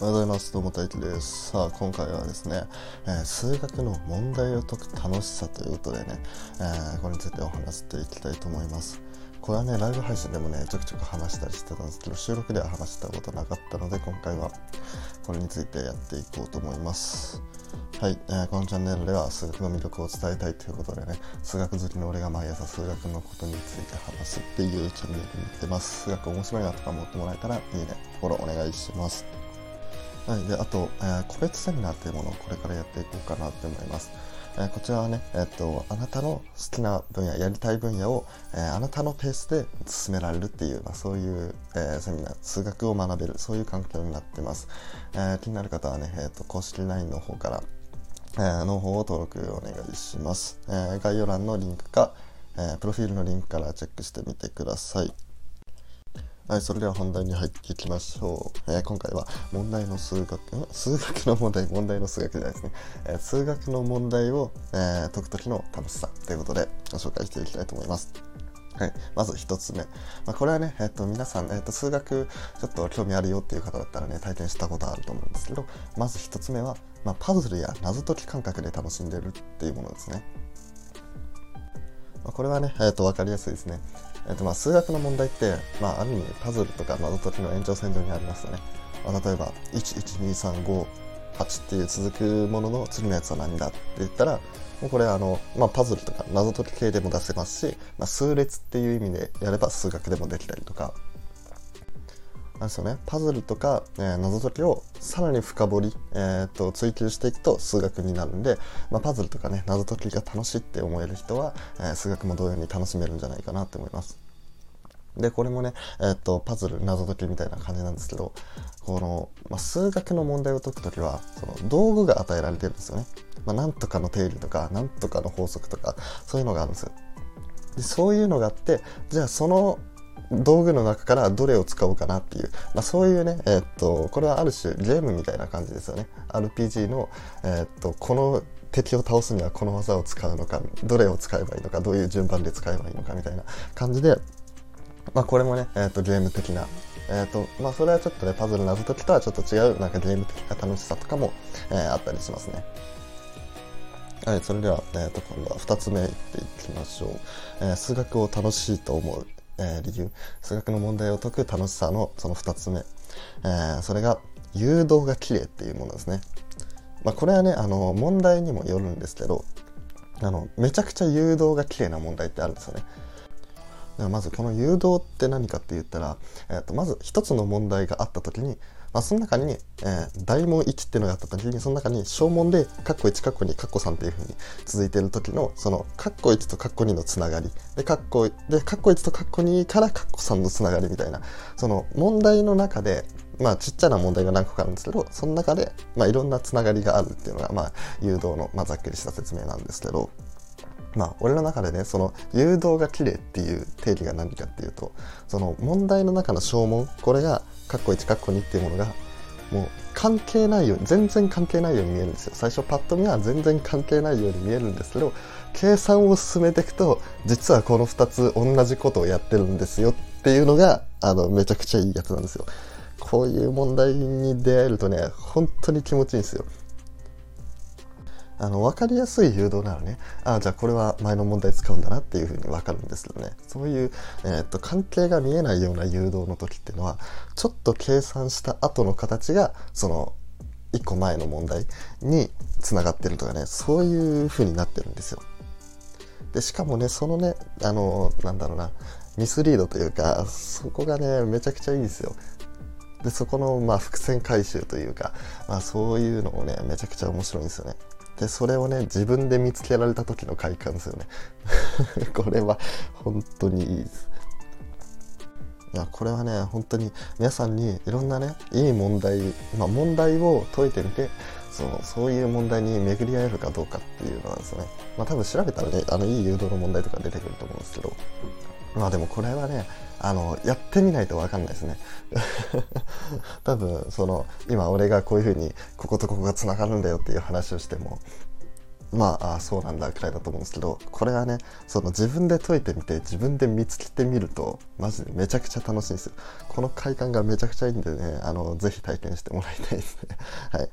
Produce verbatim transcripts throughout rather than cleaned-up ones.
おはようございます。どうも大輝です。さあ今回はですね、えー、数学の問題を解く楽しさということでね、えー、これについてお話していきたいと思います。これはねライブ配信でもねちょくちょく話したりしてたんですけど、収録では話したことなかったので、今回はこれについてやっていこうと思います。はい、えー、このチャンネルでは数学の魅力を伝えたいということでね、数学好きの俺が毎朝数学のことについて話すっていうチャンネルになってます。数学面白いなとか思ってもらえたらいいね、フォローお願いします。はい、であと、えー、個別セミナーというものをこれからやっていこうかなと思います。えー、こちらはね、えー、っとあなたの好きな分野、やりたい分野を、えー、あなたのペースで進められるっていう、まあ、そういう、えー、セミナー、数学を学べる、そういう環境になってます。えー、気になる方はね、えー、っと公式 ライン の方から、えー、の方を登録お願いします。えー、概要欄のリンクか、えー、プロフィールのリンクからチェックしてみてください。はい、それでは本題に入っていきましょう。えー、今回は問題の数学、数学の問題、問題の数学じゃないですね。えー、数学の問題を、えー、解くときの楽しさということでご紹介していきたいと思います。はい、まず一つ目、まあ、これはね、えー、と皆さん、えー、と数学ちょっと興味あるよっていう方だったらね体験したことあると思うんですけど、まず一つ目は、まあ、パズルや謎解き感覚で楽しんでるっていうものですね。まあ、これはね、えー、と分かりやすいですね。えーとまあ、数学の問題って、まあ、ある意味パズルとか謎解きの延長線上にありますよね。まあ、例えばいちいちにさんごはちっていう続くものの次のやつは何だって言ったら、もうこれあの、まあ、パズルとか謎解き系でも出せますし、まあ、数列っていう意味でやれば数学でもできたりとかなんですよね。パズルとか、えー、謎解きをさらに深掘り、えー、と追求していくと数学になるんで、まあ、パズルとかね謎解きが楽しいって思える人は、えー、数学も同様に楽しめるんじゃないかなと思います。でこれもね、えー、とパズル謎解きみたいな感じなんですけど、この、まあ、数学の問題を解くときはその道具が与えられてるんですよね。まあ、なんとかの定理とかなんとかの法則とかそういうのがあるんですよ。でそういうのがあって、じゃあその道具の中からどれを使おうかなっていう、まあ、そういうね、えー、っとこれはある種ゲームみたいな感じですよね。 アールピージー の、えー、っとこの敵を倒すにはこの技を使うのか、どれを使えばいいのか、どういう順番で使えばいいのかみたいな感じで、まあ、これもね、えー、っとゲーム的な、えーとまあ、それはちょっとねパズル謎解きとはちょっと違うなんかゲーム的な楽しさとかも、えー、あったりしますね。はい、それでは、えー、と今度はふたつめいっていきましょう。えー、数学を楽しいと思う、えー、理由、数学の問題を解く楽しさのそのふたつめ、えー、それが誘導が綺麗っていうものですね。まあ、これはねあの問題にもよるんですけど、あのめちゃくちゃ誘導が綺麗な問題ってあるんですよね。ではまずこの誘導って何かって言ったら、えー、とまず一つの問題があった時に、まあ、その中に、えー、大問いちっていうのがあった時に、その中に小問でカッコいちカッコにカッコさんっていう風に続いている時のそのカッコいちとカッコにのつながりで、カッコでカッコいちとカッコにからカッコさんのつながりみたいな、その問題の中でまあちっちゃな問題が何個かあるんですけど、その中でまあいろんなつながりがあるっていうのがまあ誘導の、まあ、ざっくりした説明なんですけど、まあ、俺の中でねその誘導が綺麗っていう定義が何かっていうと、その問題の中の小問、これがカッコいちカッコにっていうものがもう関係ないように、全然関係ないように見えるんですよ。最初パッと見は全然関係ないように見えるんですけど、計算を進めていくと実はこのふたつ同じことをやってるんですよっていうのがあのめちゃくちゃいいやつなんですよ。こういう問題に出会えるとね本当に気持ちいいんですよ。あの分かりやすい誘導ならね、あじゃあこれは前の問題使うんだなっていう風に分かるんですけどね、そういう、えー、っと関係が見えないような誘導の時っていうのはちょっと計算した後の形がそのいっこまえの問題につながってるとかね、そういう風になってるんですよ。でしかもねそのねあのなんだろうなミスリードというか、そこがねめちゃくちゃいいですよ。でそこのまあ伏線回収というか、まあ、そういうのもねめちゃくちゃ面白いんですよね。でそれをね自分で見つけられた時の快感ですよねこれは本当にいいです。いやこれはね本当に皆さんにいろんなねいい問題、まあ、問題を解いてみて、そうそういう問題に巡り合えるかどうかっていうのなんですよね。まあ多分調べたらねあのいい誘導の問題とか出てくると思うんですけど、まあでもこれはねあのやってみないと分かんないですね多分その今俺がこういう風にこことここがつながるんだよっていう話をしても、 まあ、あそうなんだくらいだと思うんですけど、これはねその自分で解いてみて自分で見つけてみるとマジでめちゃくちゃ楽しいんですよ。この快感がめちゃくちゃいいんでね、あのぜひ体験してもらいたいですねはい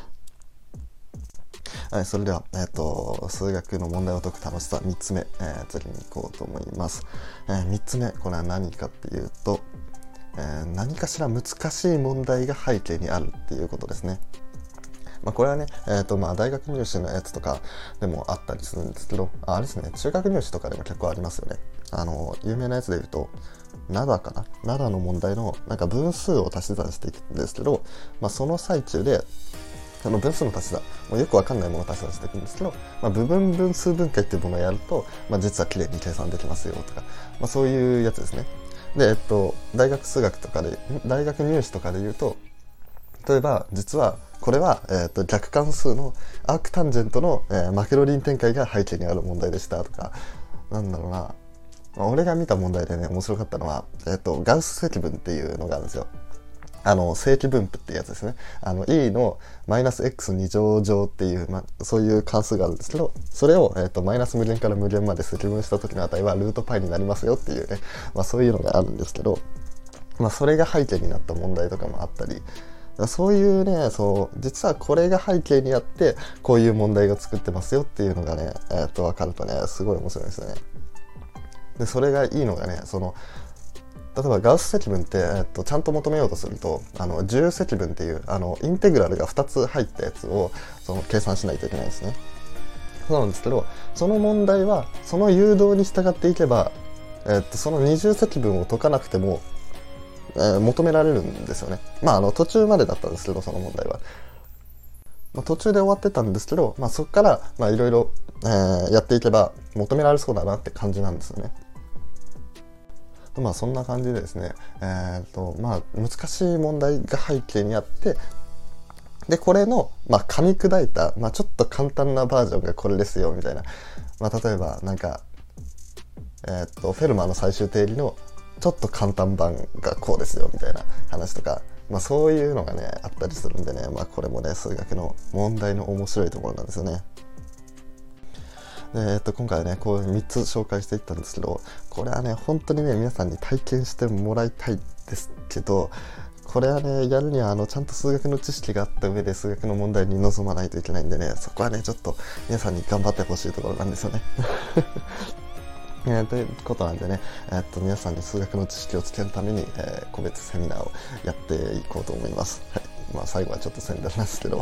はい、それでは、えーと、数学の問題を解く楽しさみっつめ、えー、次に行こうと思います。えー、みっつめ、これは何かっていうと、えー、何かしら難しい問題が背景にあるっていうことですね。まあ、これはね、えーとまあ、大学入試のやつとかでもあったりするんですけど、あ、あれですね、中学入試とかでも結構ありますよね。あの有名なやつで言うとナダかなナダの問題のなんか分数を足し算していくんですけど、まあ、その最中でその分数の足し算、もうよくわかんないものを足し算していくんですけど、まあ、部分分数分解っていうものをやると、まあ、実はきれいに計算できますよとか、まあ、そういうやつですね。で、えっと、大学数学とかで大学入試とかで言うと、例えば実はこれは、えー、と逆関数のアークタンジェントの、えー、マクロリン展開が背景にある問題でしたとか、なんだろうな、俺が見た問題でね面白かったのは、えー、とガウス積分っていうのがあるんですよ。あの正規分布っていうやつですね。あの e のマイナス x に乗乗っていう、ま、そういう関数があるんですけど、それを、えー、とマイナス無限から無限まで積分した時の値はルートパイになりますよっていうね、まあ、そういうのがあるんですけど、まあ、それが背景になった問題とかもあったり、そういうね、そう実はこれが背景にあってこういう問題を作ってますよっていうのがね、えー、と分かるとねすごい面白いですよね。でそれがいいのがね、その例えばガウス積分って、えー、とちゃんと求めようとするとあの重積分っていうあのインテグラルがふたつ入ったやつをその計算しないといけないんですね。そうなんですけど、その問題はその誘導に従っていけば、えー、とその二重積分を解かなくてもえー、求められるんですよね。まああの途中までだったんですけど、その問題は、まあ、途中で終わってたんですけど、まあ、そこからまあいろいろやっていけば求められそうだなって感じなんですよね。まあそんな感じでですね、えーとまあ、難しい問題が背景にあって、でこれの、まあ、噛み砕いた、まあ、ちょっと簡単なバージョンがこれですよみたいな、まあ、例えばなんか、えーとフェルマーの最終定理のちょっと簡単版がこうですよみたいな話とか、まあ、そういうのがねあったりするんでね、まあ、これもね数学の問題の面白いところなんですよね。で、えっと、今回はねこうみっつ紹介していったんですけど、これはね本当にね皆さんに体験してもらいたいですけど、これはねやるにはあのちゃんと数学の知識があった上で数学の問題に臨まないといけないんでね、そこはねちょっと皆さんに頑張ってほしいところなんですよねえー、ということなんでね、えー、っと皆さんに数学の知識をつけるために、えー、個別セミナーをやっていこうと思います。はい、まあ、最後はちょっと宣伝なんですけど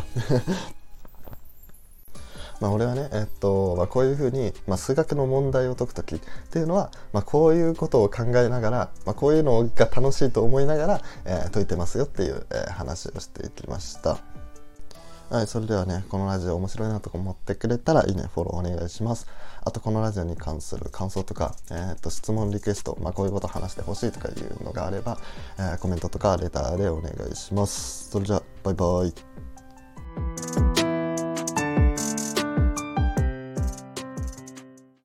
まあ俺はね、えーっとまあ、こういうふうに、まあ、数学の問題を解くときっていうのは、まあ、こういうことを考えながら、まあ、こういうのが楽しいと思いながら、えー、解いてますよっていう、えー、話をしていきました。はい、それではね、このラジオ面白いなとか思ってくれたらいいね、フォローお願いします。あとこのラジオに関する感想とか、えー、と質問リクエスト、まあ、こういうこと話してほしいとかいうのがあれば、えー、コメントとかレターでお願いします。それじゃあバイバイ。